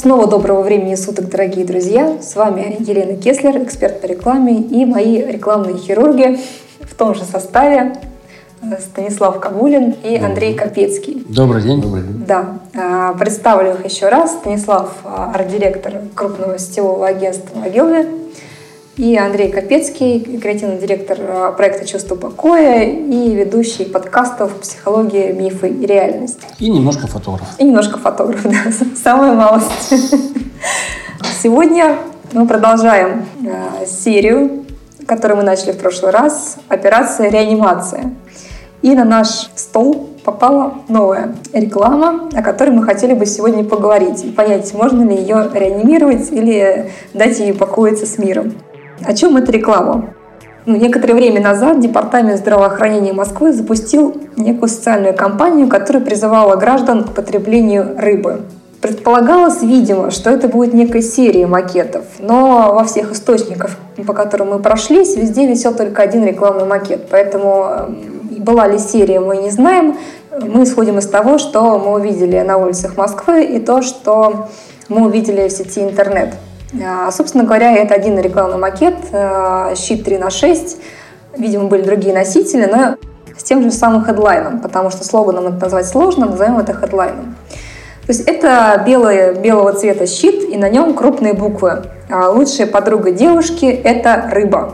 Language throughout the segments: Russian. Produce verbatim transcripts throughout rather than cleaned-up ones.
Снова доброго времени суток, дорогие друзья. С вами Елена Кеслер, эксперт по рекламе, и мои рекламные хирурги в том же составе Станислав Кабулин и Андрей Капецкий. Добрый день. Добрый день. Да. Представлю их еще раз. Станислав – арт-директор крупного сетевого агентства «Могилы», и Андрей Капецкий – креативный директор проекта «Чувство покоя» и ведущий подкастов «Психология, мифы и реальность». И немножко фотограф. И немножко фотограф, да, самая малость. Сегодня мы продолжаем серию, которую мы начали в прошлый раз, «Операция реанимация». И на наш стол попала новая реклама, о которой мы хотели бы сегодня поговорить и понять, можно ли ее реанимировать или дать ей покоиться с миром. О чем эта реклама? Ну, некоторое время назад Департамент здравоохранения Москвы запустил некую социальную кампанию, которая призывала граждан к потреблению рыбы. Предполагалось, видимо, что это будет некая серия макетов, но во всех источниках, по которым мы прошлись, везде висел только один рекламный макет. Поэтому была ли серия, мы не знаем. Мы исходим из того, что мы увидели на улицах Москвы и то, что мы увидели в сети интернет. Собственно говоря, это один рекламный макет, щит три на шесть. Видимо, были другие носители, но с тем же самым хедлайном, потому что слоганом это назвать сложно, назовем это хедлайном. То есть это белый, белого цвета щит, и на нем крупные буквы. Лучшая подруга девушки – это рыба.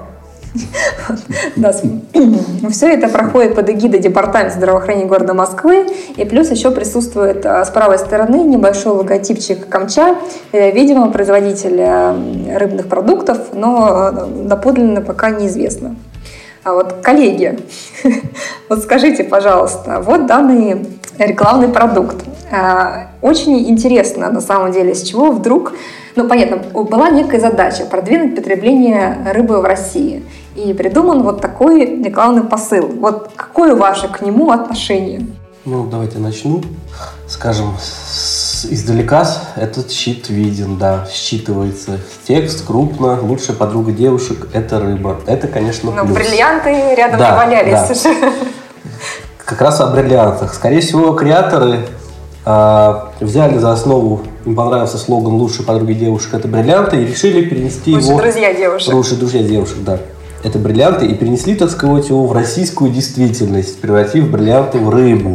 Да, все это проходит под эгидой Департамента здравоохранения города Москвы, и плюс еще присутствует с правой стороны небольшой логотипчик Камча, видимо, производитель рыбных продуктов, но доподлинно пока неизвестно. А вот, коллеги, вот скажите, пожалуйста, вот данный рекламный продукт. Очень интересно, на самом деле, с чего вдруг... Ну, понятно, была некая задача продвинуть потребление рыбы в России. И придуман вот такой рекламный посыл. Вот какое ваше к нему отношение? Ну, давайте начну. Скажем, с, издалека этот щит виден, да, считывается. Текст крупно, лучшая подруга девушек – это рыба. Это, конечно, плюс. Ну, бриллианты рядом да, не валялись. Да. Как раз о бриллиантах. Скорее всего, креаторы э, взяли за основу, им понравился слоган «Лучшие подруги девушек – это бриллианты» и решили перенести Лучшие его… друзья девушек. Лучшие друзья девушек, да. Это бриллианты, и перенесли, так сказать, его в российскую действительность, превратив бриллианты в рыбу.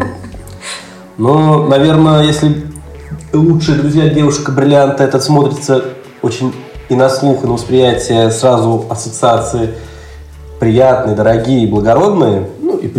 Но, наверное, если лучшие друзья девушек и бриллианты, это смотрится очень и на слух, и на восприятие, сразу ассоциации приятные, дорогие, благородные, ну и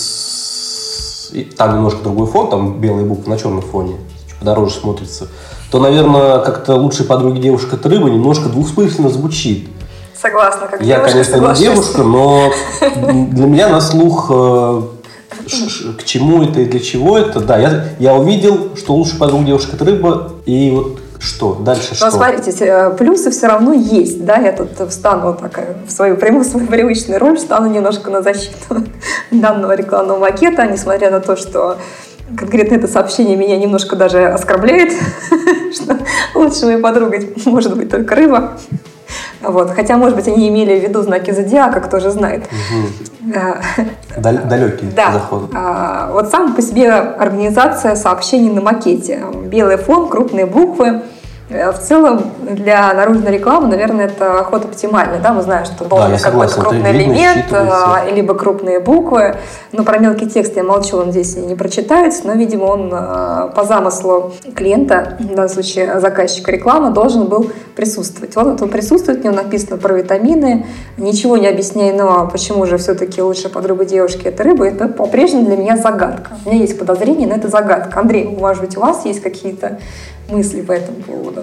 плюс и там немножко другой фон, там белые буквы на черном фоне, чуть подороже смотрится, то, наверное, как-то лучшие подруги девушек это рыба немножко двусмысленно звучит. Согласна, как Я, девушка, конечно, соглашусь. не девушка, но для меня на слух э, ш, ш, к чему это и для чего это. Да, я, я увидел, что лучшая подруга девушка это рыба, и вот что? Дальше Но что? смотрите, плюсы все равно есть, да, я тут встану такая в свою, приму свою привычную роль, встану немножко на защиту данного рекламного макета, несмотря на то, что конкретно это сообщение меня немножко даже оскорбляет, что лучшей моей подругой может быть только рыба. Вот. Хотя, может быть, они имели в виду знаки зодиака, кто же знает. Угу. Далекий да. заход. А, вот сам по себе организация сообщений на макете. Белый фон, крупные буквы. В целом, для наружной рекламы, наверное, это ход оптимальный. Да? Мы знаем, что должен быть да, какой-то крупный элемент, либо крупные буквы. Но про мелкий текст я молчу, он здесь не прочитается. Но, видимо, он по замыслу клиента, в данном случае заказчика рекламы, должен был присутствовать. Вот он присутствует, в нем написано про витамины. Ничего не объясняено, почему же все-таки лучшая подруга девушки – это рыба. Это по-прежнему для меня загадка. У меня есть подозрение, но это загадка. Андрей, может быть, у вас есть какие-то мысли по этому поводу?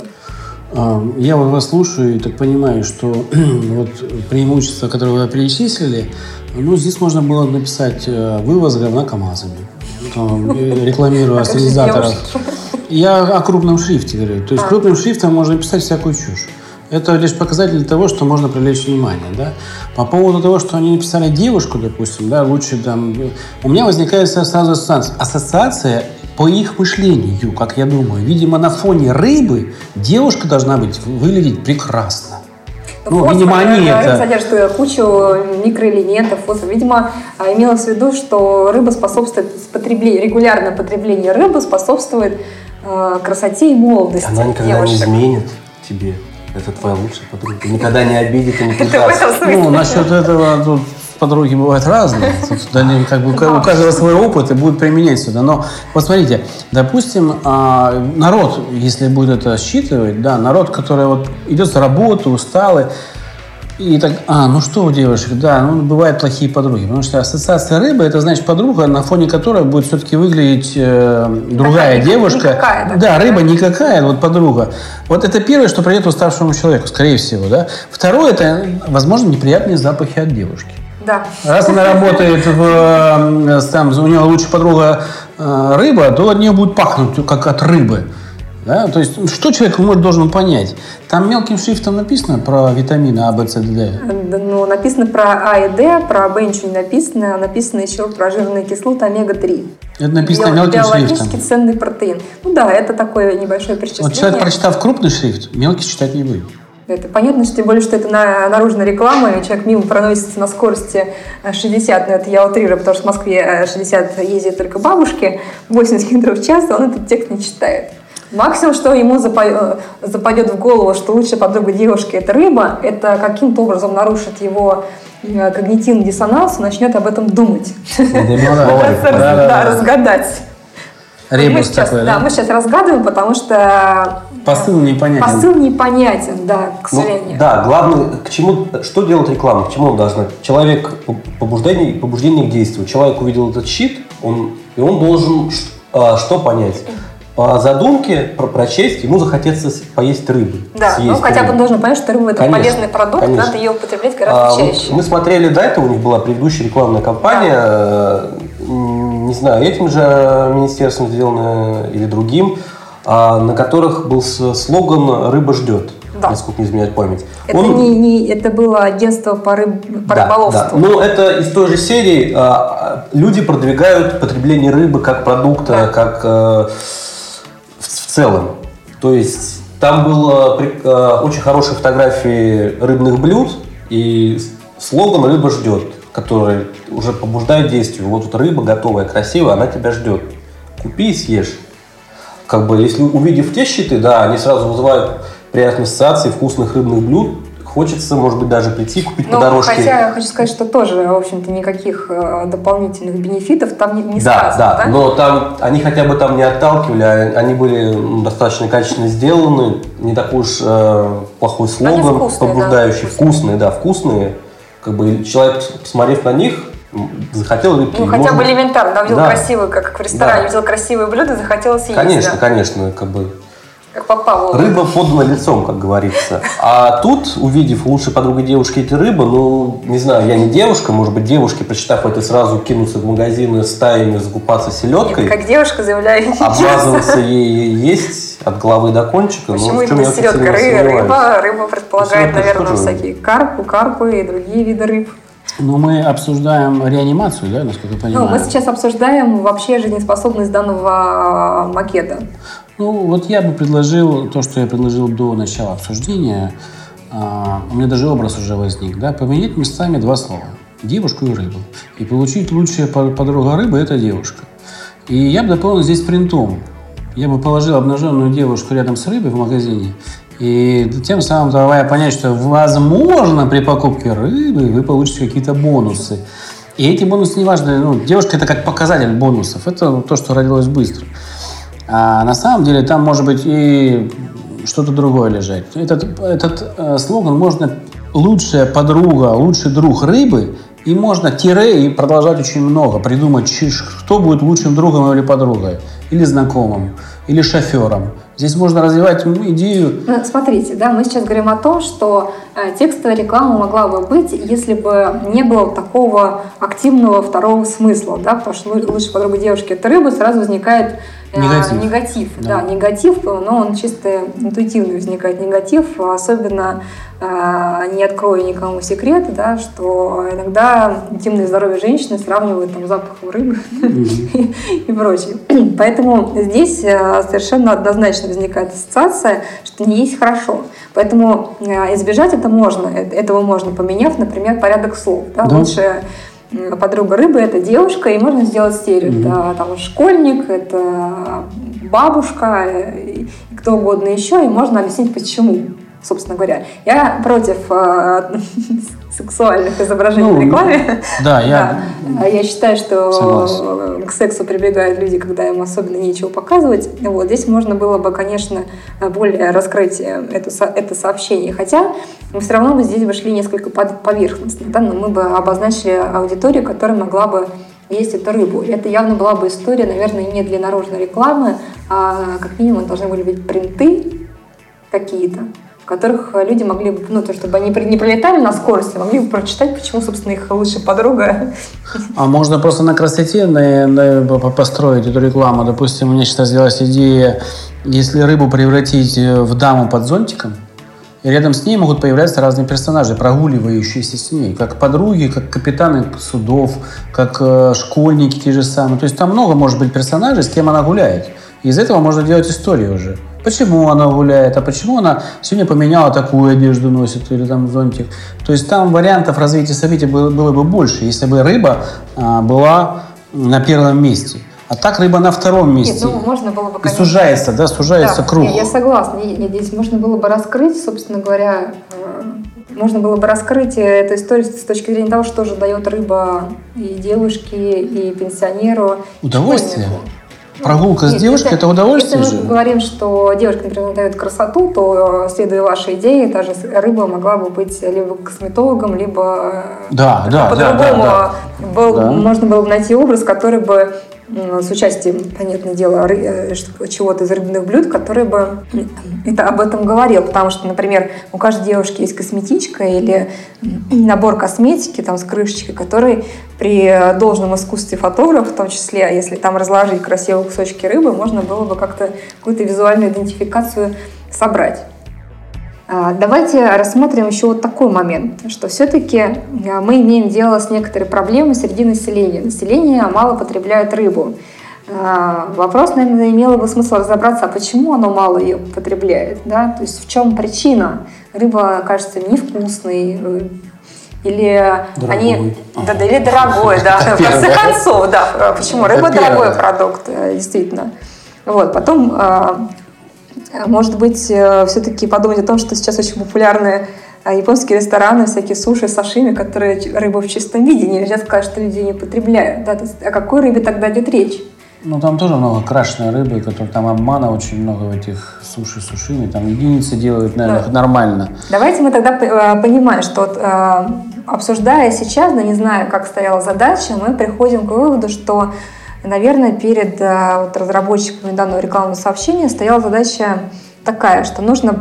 Я вот вас слушаю и так понимаю, что вот преимущества, которые вы перечислили, ну, здесь можно было написать «вывоз говна КамАЗами», рекламируя стерилизаторов. Я о крупном шрифте говорю. То есть крупным шрифтом можно писать всякую чушь. Это лишь показатель того, что можно привлечь внимание, да. По поводу того, что они написали девушку, допустим, да, лучше там... У меня возникает сразу ассоциация. Ассоциация по их мышлению, как я думаю. Видимо, на фоне рыбы девушка должна быть выглядеть прекрасно. Ну, фосфор, видимо, они это... содержит кучу микроэлементов, фосфор. Видимо, имелось в виду, что рыба способствует потреблению, регулярное потребление рыбы способствует э, красоте и молодости Она никогда девушек. не изменит тебе. Это твоя лучшая подруга. Никогда не обидит и не Это в прекрасна. этом смысле. Ну, насчет этого тут подруги бывают разные. Тут, да, не, как бы, у каждого свой опыт и будет применять сюда. Но вот смотрите, допустим, а, народ, если будет это считывать, да, народ, который вот идет с работы, усталый, и так, а, ну что у девушек, да, ну бывают плохие подруги, потому что ассоциация рыбы, это значит подруга, на фоне которой будет все-таки выглядеть э, другая Такая, девушка. никакая, да, такая, рыба да? никакая, вот подруга. Вот это первое, что придет уставшему человеку, скорее всего, да. Второе, это, возможно, неприятные запахи от девушки. Да. Раз она работает в, там, у нее лучшая подруга э, рыба, то от нее будет пахнуть как от рыбы. Да? То есть, что человек может, должен понять? Там мелким шрифтом написано про витамины А, Б, С, Д. Ну, написано про А и Д, про Б ничего не написано, написано еще про жирные кислоты омега три. Это написано Био- мелким биологически шрифтом. ценный протеин. Ну да, это такое небольшое перечисление. Вот человек, прочитав крупный шрифт, мелкий читать не будет. Это понятно, что тем более, что это на, наружная реклама, и человек мимо проносится на скорости шестьдесят, но это я утрирую, потому что в Москве шестьдесят ездят только бабушки, восемьдесят километров в час, он этот текст не читает. Максимум, что ему запа- западет в голову, что лучшая подруга девушки – это рыба, это каким-то образом нарушит его когнитивный диссонанс, и начнет об этом думать. Да, разгадать. Ребус такой, да? Да, мы сейчас разгадываем, потому что посыл непонятен. Посыл непонятен, да, к сожалению. Ну, да, главное, к чему, что делать реклама, к чему он должна? Человек, побуждение, побуждение к действию. Человек увидел этот щит, он, и он должен что, что понять? По задумке про прочесть, ему захотеться поесть рыбы. Да, ну хотя бы он должен понять, что рыба – это конечно, полезный продукт, конечно. надо ее употреблять гораздо а, чаще. Вот мы смотрели до этого, у них была предыдущая рекламная кампания, да. Не знаю, этим же министерством сделано или другим, а, на которых был слоган «Рыба ждет», да. Насколько не изменяет память. Это, он... не, не, это было агентство по, рыб, по да, рыболовству. Да. Ну, это из той же серии. А, люди продвигают потребление рыбы как продукта, да. как а, в, в целом. То есть там было а, очень хорошие фотографии рыбных блюд и слоган «Рыба ждет», который уже побуждает действию. Вот тут рыба готовая, красивая, она тебя ждет. Купи и съешь. Как бы, если увидев те щиты, да, они сразу вызывают приятные ассоциации вкусных рыбных блюд. Хочется, может быть, даже прийти, купить ну, по дорожке. Хотя, я хочу сказать, что тоже, в общем-то, никаких э, дополнительных бенефитов там не, не да, сказано. Да, да, но там они хотя бы там не отталкивали, они были ну, достаточно качественно сделаны, не такой уж э, плохой слоган, вкусные, побуждающий. Да, вкусные, да, вкусные. Как бы человек, посмотрев на них, захотел рыбки. Ну, хотя бы элементарно, да, увидел да. красивый, как в ресторане, да. увидел красивое блюдо, захотел съесть. Конечно, да. конечно, как бы. Как попало. Рыба подана лицом, как говорится. А тут, увидев лучшей подругой девушки эти рыбы, ну, не знаю, я не девушка, может быть, девушки, прочитав это, сразу кинутся в магазины стаями закупаться селедкой. Как девушка заявляю. Обмазываться ей есть от головы до кончика. Почему ну, именно селедка? Рыба, рыба предполагает, наверное, всякие карпы, карпы и другие виды рыб. Но мы обсуждаем реанимацию, да, насколько я понимаю? Ну, мы сейчас обсуждаем вообще жизнеспособность данного макета. Ну, вот я бы предложил то, что я предложил до начала обсуждения. А, у меня даже образ уже возник, да, поменять местами два слова. Девушку и рыбу. И получить лучшая подруга рыбы – это девушка. И я бы дополнил здесь принтом. Я бы положил обнаженную девушку рядом с рыбой в магазине, и тем самым давая понять, что, возможно, при покупке рыбы вы получите какие-то бонусы. И эти бонусы не важны. Ну, девушка – это как показатель бонусов. Это то, что родилось быстро. А на самом деле там может быть и что-то другое лежать. Этот, этот э, слоган можно «лучшая подруга, лучший друг рыбы», и можно тире и продолжать очень много. Придумать, кто будет лучшим другом или подругой, или знакомым, или шофером. Здесь можно развивать идею. Ну, смотрите, да, мы сейчас говорим о том, что э, текстовая реклама могла бы быть, если бы не было такого активного второго смысла, да, потому что лучшая подруга девушки – это рыба, сразу возникает э, негатив. негатив да. да, негатив, но он чисто интуитивно возникает негатив, особенно э, не открою никому секрет, да, что иногда интимное здоровье женщины сравнивают там запахом рыбы mm-hmm. и прочее. Поэтому здесь совершенно однозначно возникает ассоциация, что не есть хорошо. Поэтому избежать это можно, этого можно, поменяв, например, порядок слов. Да? Да. Лучшая подруга рыбы – это девушка, и можно сделать стерео. Mm-hmm. Это там, школьник, это бабушка и кто угодно еще, и можно объяснить, почему, собственно говоря. Я против э, сексуальных изображений ну, в рекламе. Да, я... да. Я считаю, что согласен. К сексу прибегают люди, когда им особенно нечего показывать. Вот. Здесь можно было бы, конечно, более раскрыть это, это сообщение. Хотя мы все равно бы здесь бы шли несколько поверхностно. Да? Но мы бы обозначили аудиторию, которая могла бы есть эту рыбу. Это явно была бы история, наверное, не для наружной рекламы, а как минимум должны были быть принты какие-то, в которых люди могли бы, ну, то, чтобы они не пролетали на скорости, могли бы прочитать, почему, собственно, их лучшая подруга. А можно просто на красоте на, на, построить эту рекламу. Допустим, у меня сейчас сделалась идея, если рыбу превратить в даму под зонтиком, и рядом с ней могут появляться разные персонажи, прогуливающиеся с ней, как подруги, как капитаны судов, как э, школьники те же самые. То есть там много может быть персонажей, с кем она гуляет. И из этого можно делать историю уже. Почему она гуляет, а почему она сегодня поменяла такую одежду носит или там зонтик. То есть там вариантов развития событий было, было бы больше, если бы рыба а, была на первом месте. А так рыба на втором месте. Нет, ну, можно было бы, конечно... И сужается, да, сужается да, круг. Нет, я согласна. Здесь можно было бы раскрыть, собственно говоря, можно было бы раскрыть эту историю с точки зрения того, что же дает рыба и девушке, и пенсионеру. Удовольствие. Прогулка с девушкой – это удовольствие если же. мы говорим, что девушка, например, дает красоту, то, следуя вашей идее, та же рыба могла бы быть либо косметологом, либо да, да, по-другому. Да, да, был, да. Можно было бы найти образ, который бы с участием, понятное дело, чего-то из рыбных блюд, который бы это, об этом говорил. Потому что, например, у каждой девушки есть косметичка или набор косметики там, с крышечкой, который при должном искусстве фотографа, в том числе, если там разложить красивые кусочки рыбы, можно было бы как-то какую-то визуальную идентификацию собрать. Давайте рассмотрим еще вот такой момент, что все-таки мы имеем дело с некоторой проблемой среди населения. Население мало потребляет рыбу. Вопрос, наверное, имело бы смысл разобраться, а почему оно мало ее потребляет, да? То есть в чем причина? Рыба кажется невкусной, или дорогой. они да, да, или дорогой, да. В конце концов, да. Почему рыба дорогой продукт, действительно. Вот, потом. Может быть, все-таки подумать о том, что сейчас очень популярны японские рестораны, всякие суши, сашими, которые рыба в чистом виде. Нельзя сказать, что люди не потребляют. Да? То есть, о какой рыбе тогда идет речь? Ну, там тоже много крашеной рыбы, которые там обмана очень много в этих суши, сушими. Там единицы делают, наверное, да. нормально. Давайте мы тогда понимаем, что вот, обсуждая сейчас, да не знаю, как стояла задача, мы приходим к выводу, что наверное, перед вот, разработчиками данного рекламного сообщения стояла задача такая, что нужно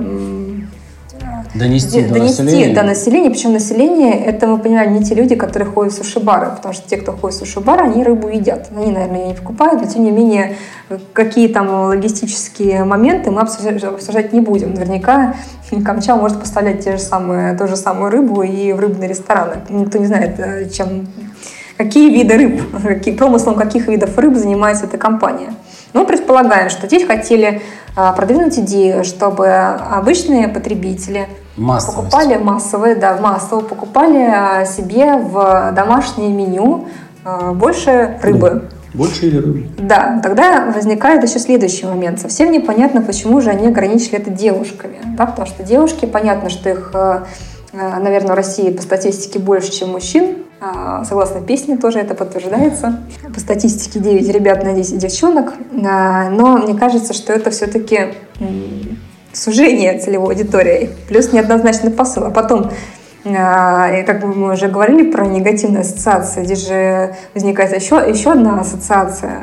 донести, донести до населения. до населения. Причем население, это мы понимаем, не те люди, которые ходят в суши-бары, потому что те, кто ходит в суши-бары, они рыбу едят. Они, наверное, ее не покупают, но тем не менее, какие там логистические моменты мы обсуждать, обсуждать не будем. Наверняка Камчал может поставлять те же самые, ту же самую рыбу и в рыбные рестораны. Никто не знает, чем... Какие виды рыб, какие, промыслом каких видов рыб занимается эта компания. Мы предполагаем, что здесь хотели а, продвинуть идею, чтобы обычные потребители Массовость. покупали массовые, да, массово покупали а, себе в домашнее меню а, больше рыбы. Больше или рыбы? Да, тогда возникает еще следующий момент. Совсем непонятно, почему же они ограничили это девушками. Да, потому что девушки, понятно, что их, наверное, в России по статистике больше, чем мужчин. Согласно песне тоже это подтверждается. По статистике девять ребят на десять девчонок. Но мне кажется, что это все-таки сужение целевой аудитории. Плюс неоднозначный посыл. А потом, как мы уже говорили про негативные ассоциации, здесь же возникает еще, еще одна ассоциация,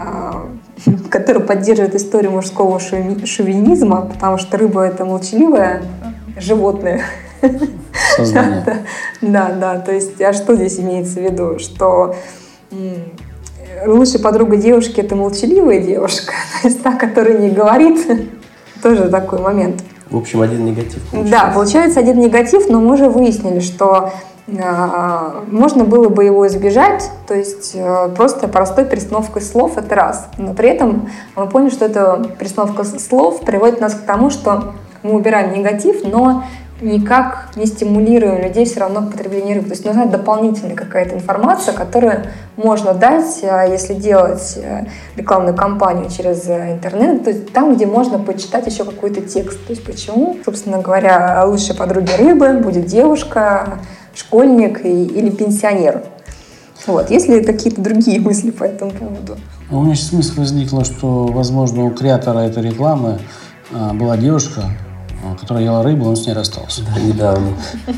которая поддерживает историю мужского шовинизма, потому что рыба — это молчаливое животное. Сознание. Да, да, то есть, а что здесь имеется в виду? Что м- лучшая подруга девушки — это молчаливая девушка, то есть та, которая не говорит, тоже такой момент. В общем, один негатив получается. Да, получается один негатив, но мы уже выяснили, что э, можно было бы его избежать, то есть э, просто простой перестановкой слов — это раз. Но при этом мы поняли, что эта перестановка слов приводит нас к тому, что мы убираем негатив, но никак не стимулируем людей все равно к потреблению рыбы. То есть нужна дополнительная какая-то информация, которую можно дать, если делать рекламную кампанию через интернет, то есть там, где можно почитать еще какой-то текст. То есть почему, собственно говоря, лучшей подругой рыбы будет девушка, школьник и, или пенсионер. Вот. Есть ли какие-то другие мысли по этому поводу? У меня сейчас мысль возникла, что, возможно, у креатора этой рекламы а, была девушка, которая ела рыбу, он с ней расстался. Да, недавно.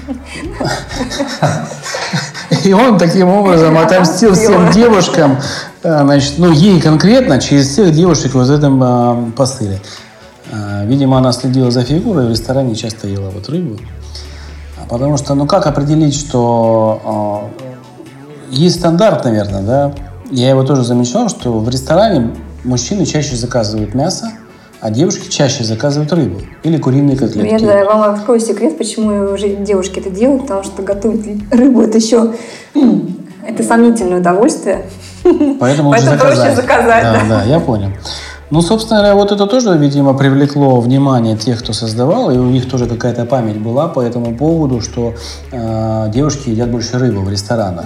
И он таким образом отомстил всем девушкам, значит, ну, ей конкретно, через всех девушек вот в этом а, посыле. А, видимо, она следила за фигурой, в ресторане часто ела вот рыбу. Потому что, ну, как определить, что а, есть стандарт, наверное, да? Я его тоже замечал, что в ресторане мужчины чаще заказывают мясо, а девушки чаще заказывают рыбу или куриные котлетки. Я вам открою секрет, почему уже девушки это делают, потому что готовить рыбу — это еще это сомнительное удовольствие. Поэтому лучше заказать. проще заказать. Да, да, я понял. Ну, собственно говоря, вот это тоже, видимо, привлекло внимание тех, кто создавал, и у них тоже какая-то память была по этому поводу, что э, девушки едят больше рыбы в ресторанах.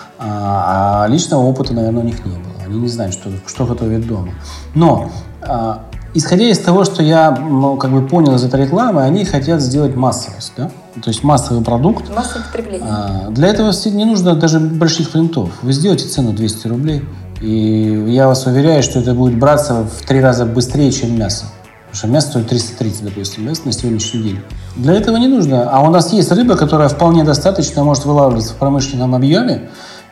А, а личного опыта, наверное, у них не было. Они не знают, что, что готовят дома. Но, а, исходя из того, что я ну, как бы понял из этой рекламы, они хотят сделать массовость, да? То есть массовый продукт. Массовое потребление. А, для этого не нужно даже больших принтов. Вы сделаете цену двести рублей, и я вас уверяю, что это будет браться в три раза быстрее, чем мясо. Потому что мясо стоит триста тридцать, допустим, да, на сегодняшний день. Для этого не нужно. А у нас есть рыба, которая вполне достаточно может вылавливаться в промышленном объеме.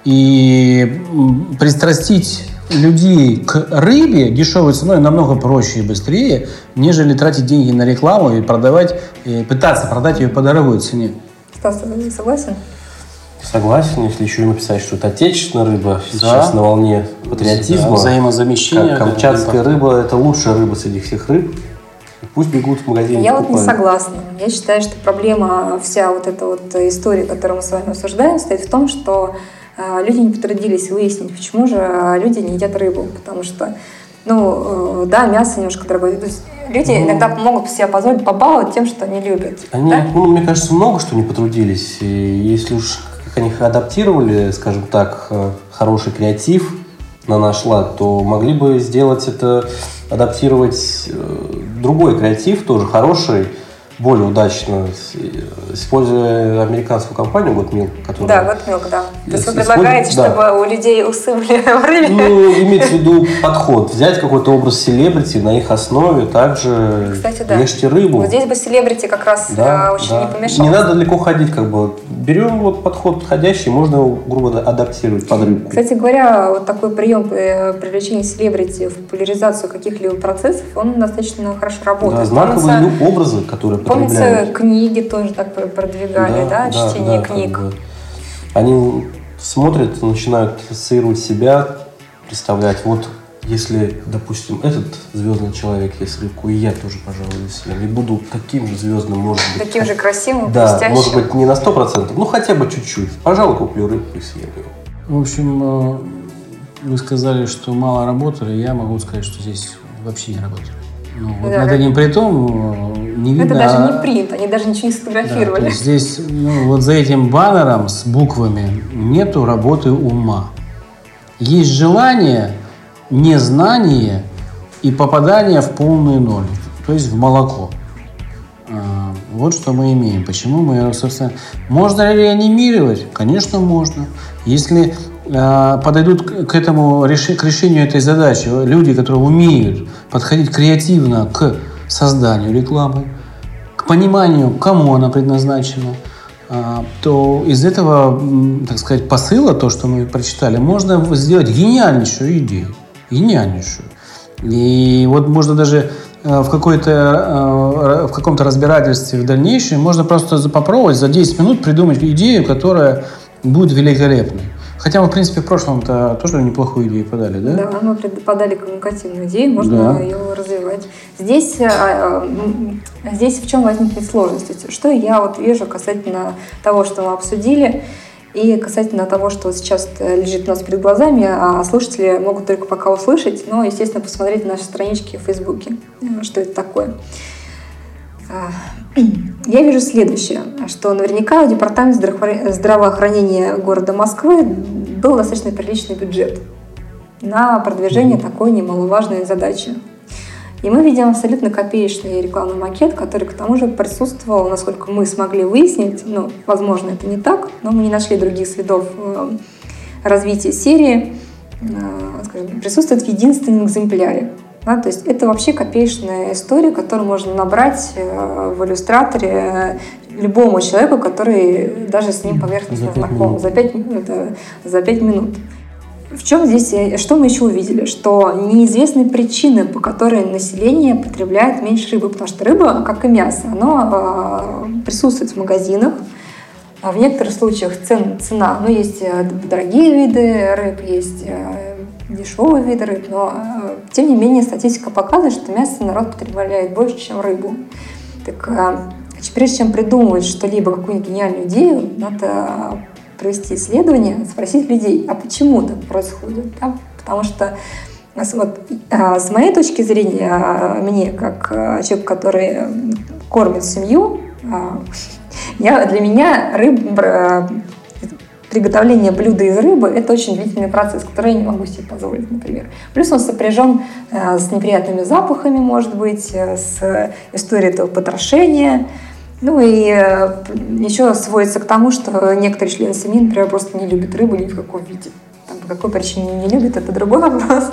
И пристрастить людей к рыбе дешевой ценой намного проще и быстрее, нежели тратить деньги на рекламу и продавать, и пытаться продать ее по дорогой цене. Стас, ты согласен? Согласен, если еще и написать, что это отечественная рыба, да. Сейчас на волне патриотизма. Да, взаимозамещение. Как камчатская да, рыба – это лучшая рыба среди всех рыб. Пусть бегут в магазин. Я вот не согласна. Я считаю, что проблема, вся вот эта вот история, которую мы с вами обсуждаем, стоит в том, что люди не потрудились выяснить, почему же люди не едят рыбу. Потому что, ну, да, мясо немножко дорогое. То есть люди ну, иногда могут себе позволить побаловать тем, что они любят. Они, да? ну, мне кажется, много что не потрудились. И если уж как они адаптировали, скажем так, хороший креатив на наш лад, то могли бы сделать это, адаптировать другой креатив, тоже хороший, более удачно, используя американскую компанию Goatmilk, которая... Да, Goatmilk, да. То есть вы предлагаете, да. чтобы у людей усы были в рыбе? Ну, имеется в виду подход. Взять какой-то образ селебрити, на их основе также Кстати, да. ешьте рыбу. Вот здесь бы селебрити как раз да, очень да. не помешало. Не надо далеко ходить, как бы. Берем вот подход подходящий, можно его, грубо адаптировать под рыбку. Кстати говоря, вот такой прием привлечения селебрити в популяризацию каких-либо процессов, он достаточно хорошо работает. Да, знаковые помнится, образы, которые помнится, книги тоже так продвигали, да, да? да чтение да, книг. Как бы. Они смотрят, начинают ассоциировать себя, представлять, вот если, допустим, этот звездный человек ест рыбку, и я тоже, пожалуй, съем, и буду таким же звездным, может быть. Таким же красивым, да, блестящим. Может быть, не на сто процентов, ну хотя бы чуть-чуть. Пожалуй, куплю рыбку и съем ее. В общем, вы сказали, что мало работали, я могу сказать, что здесь вообще не работали. Ну, вот да, над этим притом не видно... Это даже не принт, они даже ничего не сфотографировали. Да, здесь, ну, вот за этим баннером с буквами нету работы ума. Есть желание, незнание и попадание в полный ноль, то есть в молоко. Вот что мы имеем. Почему мы, собственно... Можно ли реанимировать? Конечно, можно. Если э, подойдут к этому, к решению этой задачи люди, которые умеют подходить креативно к созданию рекламы, к пониманию, кому она предназначена, э, то из этого, так сказать, посыла, то, что мы прочитали, можно сделать гениальнейшую идею. Гениальнейшую. И вот можно даже в, какой-то, в каком-то разбирательстве в дальнейшем можно просто попробовать за десять минут придумать идею, которая будет великолепной. Хотя мы, в принципе, в прошлом-то тоже неплохую идею подали, да? Да, мы подали коммуникативную идею, можно да. ее развивать. Здесь, здесь в чем возникнет сложность? Что я вот вижу касательно того, что мы обсудили, и касательно того, что вот сейчас лежит у нас перед глазами, а слушатели могут только пока услышать, но, естественно, посмотреть на наши странички в Фейсбуке, что это такое. Я вижу следующее, что наверняка у департамента здравоохранения города Москвы был достаточно приличный бюджет на продвижение такой немаловажной задачи. И мы видим абсолютно копеечный рекламный макет, который к тому же присутствовал, насколько мы смогли выяснить, ну, возможно, это не так, но мы не нашли других следов развития серии, скажем, присутствует в единственном экземпляре. Да, то есть это вообще копеечная история, которую можно набрать в иллюстраторе любому человеку, который даже с ним поверхностно знаком за пять минут. За пять минут. В чем здесь, что мы еще увидели? Что неизвестны причины, по которой население потребляет меньше рыбы, потому что рыба, как и мясо, оно присутствует в магазинах. В некоторых случаях цен, цена, ну, есть дорогие виды рыб, есть дешевые виды рыб, но тем не менее статистика показывает, что мясо народ потребляет больше, чем рыбу. Так прежде чем придумывать что-либо, какую-нибудь гениальную идею, надо провести исследование, спросить людей, а почему так происходит? Да? Потому что вот, с моей точки зрения, мне, как человек, который кормит семью, я, для меня рыба, приготовление блюда из рыбы – это очень длительный процесс, который я не могу себе позволить, например. Плюс он сопряжен с неприятными запахами, может быть, с историей этого потрошения. Ну и еще сводится к тому, что некоторые члены семьи, например, просто не любят рыбу ни в каком виде. Там, по какой причине не любят, это другой вопрос.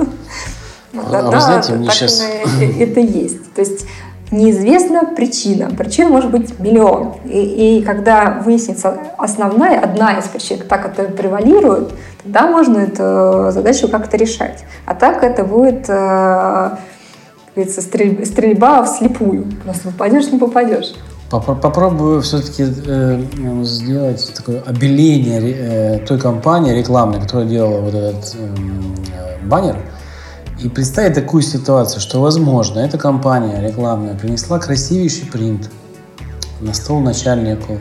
А да, вы знаете, мне сейчас... Это есть. То есть неизвестна причина. Причин может быть миллион. И, и когда выяснится основная, одна из причин, та, которая превалирует, тогда можно эту задачу как-то решать. А так это будет, как говорится, стрельба, стрельба вслепую. Просто попадешь, не попадешь. Попробую все-таки э, сделать такое обеление э, той компании рекламной, которая делала вот этот э, баннер, и представить такую ситуацию, что, возможно, эта компания рекламная принесла красивейший принт на стол начальнику.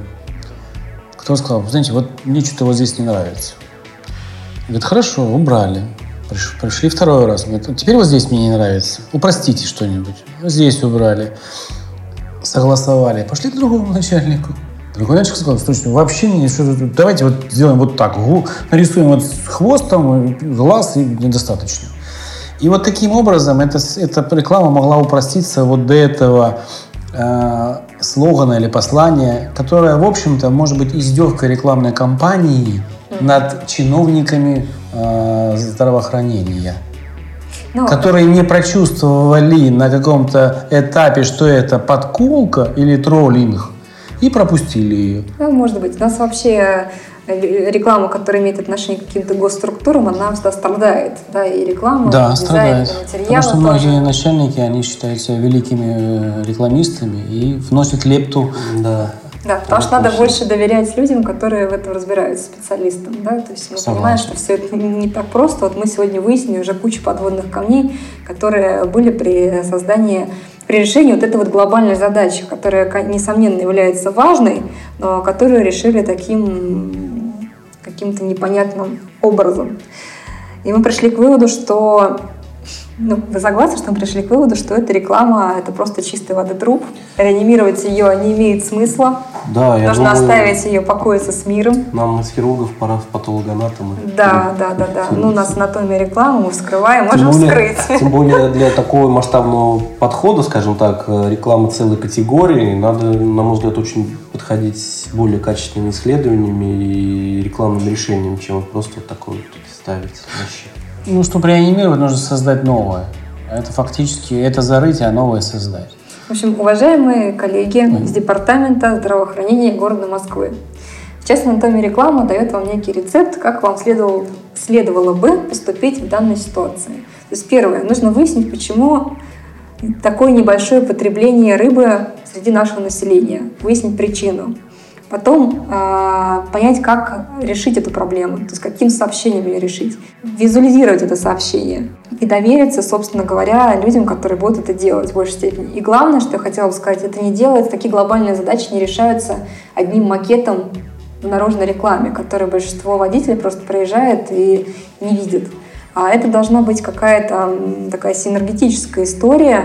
Кто сказал, знаете, вот мне что-то вот здесь не нравится. Говорит, хорошо, убрали. Пришли второй раз. Говорит, теперь вот здесь мне не нравится. Упростите что-нибудь. Здесь убрали. Согласовали. Пошли к другому начальнику. Другой начальник сказал, слушайте, вообще не, что, давайте вот сделаем вот так. Нарисуем вот хвост, там, глаз, и недостаточно. И вот таким образом эта, эта реклама могла упроститься вот до этого э, слогана или послания, которое, в общем-то, может быть издевкой рекламной кампании над чиновниками э, здравоохранения, ну, которые не прочувствовали на каком-то этапе, что это подколка или троллинг, и пропустили ее. Ну, может быть. У нас вообще реклама, которая имеет отношение к каким-то госструктурам, она всегда страдает. Да, и реклама, да, и дизайн, страдает. Потому что многие тоже. Начальники, они считаются великими рекламистами и вносят лепту. Да. Да, потому что надо больше доверять людям, которые в этом разбираются, специалистам. Да? То есть мы Согласен. Понимаем, что все это не так просто. Вот мы сегодня выяснили уже кучу подводных камней, которые были при создании, при решении вот этой вот глобальной задачи, которая, несомненно, является важной, но которую решили таким каким-то непонятным образом. И мы пришли к выводу, что... Ну, вы согласны, что мы пришли к выводу, что эта реклама – это просто чистой воды труп. Реанимировать ее не имеет смысла. Да, я Нужно думаю, оставить ее покоиться с миром. Нам из хирургов пора в патологоанатомы. Да, да, да, да. Ну, у нас анатомия рекламы, мы вскрываем, можем тем более, вскрыть. Тем более для такого масштабного подхода, скажем так, рекламы целой категории, надо, на мой взгляд, очень подходить с более качественными исследованиями и рекламным решением, чем просто вот такое вот ставить вообще. Ну, чтобы реанимировать, нужно создать новое. Это фактически, это зарыть, а новое создать. В общем, уважаемые коллеги mm-hmm. из Департамента здравоохранения города Москвы, сейчас анатомия рекламы дает вам некий рецепт, как вам следовало, следовало бы поступить в данной ситуации. То есть, первое, нужно выяснить, почему такое небольшое потребление рыбы среди нашего населения, выяснить причину. Потом э, понять, как решить эту проблему, то есть каким сообщением ее решить. Визуализировать это сообщение и довериться, собственно говоря, людям, которые будут это делать в большей степени. И главное, что я хотела бы сказать, это не делается, такие глобальные задачи не решаются одним макетом в наружной рекламе, который большинство водителей просто проезжает и не видит. А это должна быть какая-то такая синергетическая история,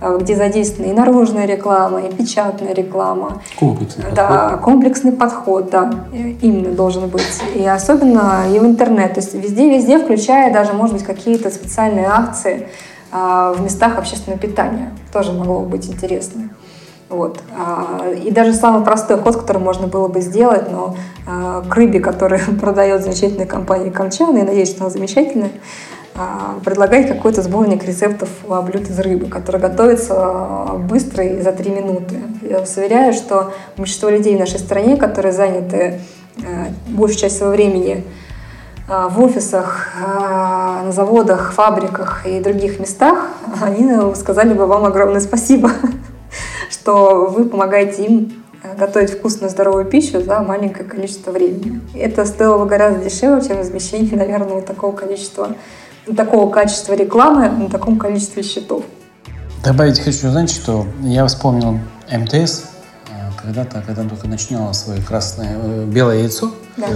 где задействована и наружная реклама, и печатная реклама. Комплексный да, подход. комплексный подход, да, именно должен быть. И особенно и в интернет. То есть везде-везде, включая даже, может быть, какие-то специальные акции в местах общественного питания. Тоже могло быть интересно. Вот. И даже самый простой ход, который можно было бы сделать, но к рыбе, который продает замечательная компания Камчан, я надеюсь, что она замечательная, предлагать какой-то сборник рецептов блюд из рыбы, который готовится быстро и за три минуты. Я вас уверяю, что большинство людей в нашей стране, которые заняты большую часть своего времени в офисах, на заводах, фабриках и других местах, они сказали бы вам огромное спасибо, что вы помогаете им готовить вкусную, здоровую пищу за маленькое количество времени. Это стоило бы гораздо дешевле, чем размещение, наверное, вот такого количества, такого качества рекламы на таком количестве счетов. Добавить хочу, знаете, что я вспомнил эм тэ эс, когда-то, когда только начинала свое красное, белое яйцо. Да.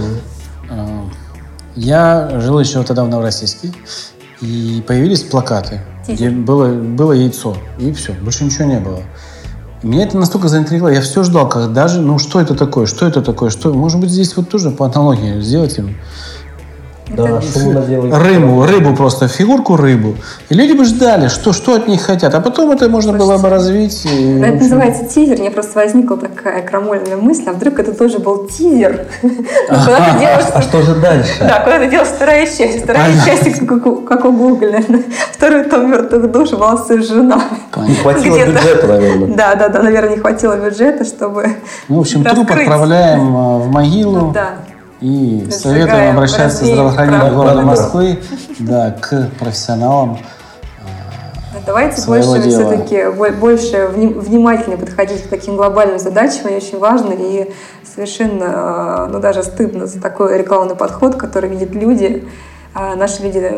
Я жил еще тогда в Новороссийске, и появились плакаты, где было, было яйцо, и все, больше ничего не было. И меня это настолько заинтриговало, я все ждал, когда же, ну что это такое, что это такое, что, может быть, здесь вот тоже по аналогии сделать им. Да, шумно делать. Рыбу, рыбу просто, фигурку рыбу. И люди бы ждали, что, что от них хотят. А потом это можно Слушайте, было бы развить. И, это общем... называется тизер. Мне просто возникла такая крамольная мысль, а вдруг это тоже был тизер? А что же дальше? Да, куда ты делаешь вторая часть. Вторая часть, как у Гугля. Второй том «Мертвых душ» была сожжена. Не хватило бюджета, наверное. Да, да, да, наверное, не хватило бюджета, чтобы Ну, в общем, труп отправляем в могилу. Да. И советуем обращаться в здравоохранение города Москвы да, к профессионалам. Давайте больше все-таки больше внимательно подходить к таким глобальным задачам. Они очень важны и совершенно, ну даже стыдно за такой рекламный подход, который видят люди. Наши люди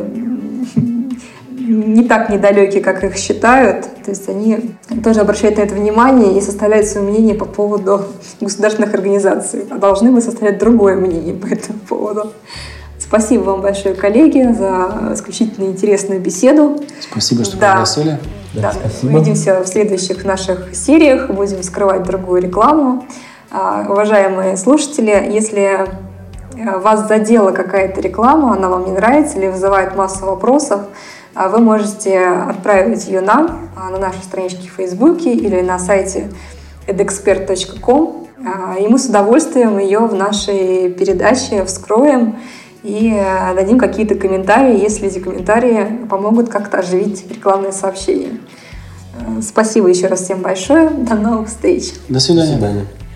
не так недалекие, как их считают. То есть они тоже обращают на это внимание и составляют свое мнение по поводу государственных организаций. А должны бы составлять другое мнение по этому поводу. Спасибо вам большое, коллеги, за исключительно интересную беседу. Спасибо, что да. пригласили. Да, да. Увидимся в следующих наших сериях. Будем скрывать другую рекламу. Уважаемые слушатели, если вас задела какая-то реклама, она вам не нравится или вызывает массу вопросов, вы можете отправить ее нам на нашей страничке в Фейсбуке или на сайте эдэксперт точка ком. И мы с удовольствием ее в нашей передаче вскроем и дадим какие-то комментарии, если эти комментарии помогут как-то оживить рекламные сообщения. Спасибо еще раз всем большое. До новых встреч. До свидания. До свидания.